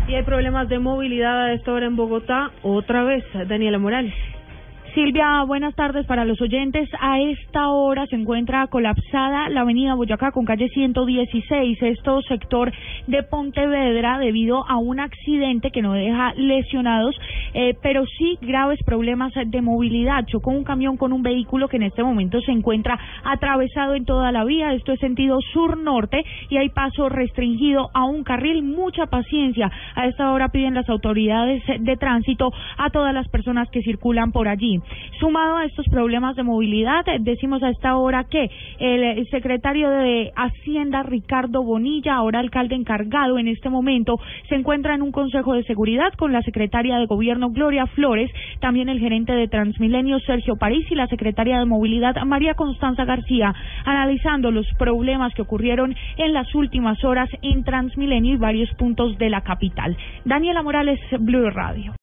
Y hay problemas de movilidad a esta hora en Bogotá. Otra vez, Daniela Morales. Silvia, buenas tardes para los oyentes. A esta hora se encuentra colapsada la avenida Boyacá con calle 116, esto sector de Pontevedra, debido a un accidente que no deja lesionados, pero sí graves problemas de movilidad. Chocó un camión con un vehículo que en este momento se encuentra atravesado en toda la vía. Esto es sentido sur-norte y hay paso restringido a un carril. Mucha paciencia. A esta hora piden las autoridades de tránsito a todas las personas que circulan por allí. Sumado a estos problemas de movilidad, decimos a esta hora que el secretario de Hacienda, Ricardo Bonilla, ahora alcalde encargado en este momento, se encuentra en un consejo de seguridad con la secretaria de Gobierno, Gloria Flores, también el gerente de Transmilenio, Sergio París, y la secretaria de Movilidad, María Constanza García, analizando los problemas que ocurrieron en las últimas horas en Transmilenio y varios puntos de la capital. Daniela Morales, Blue Radio.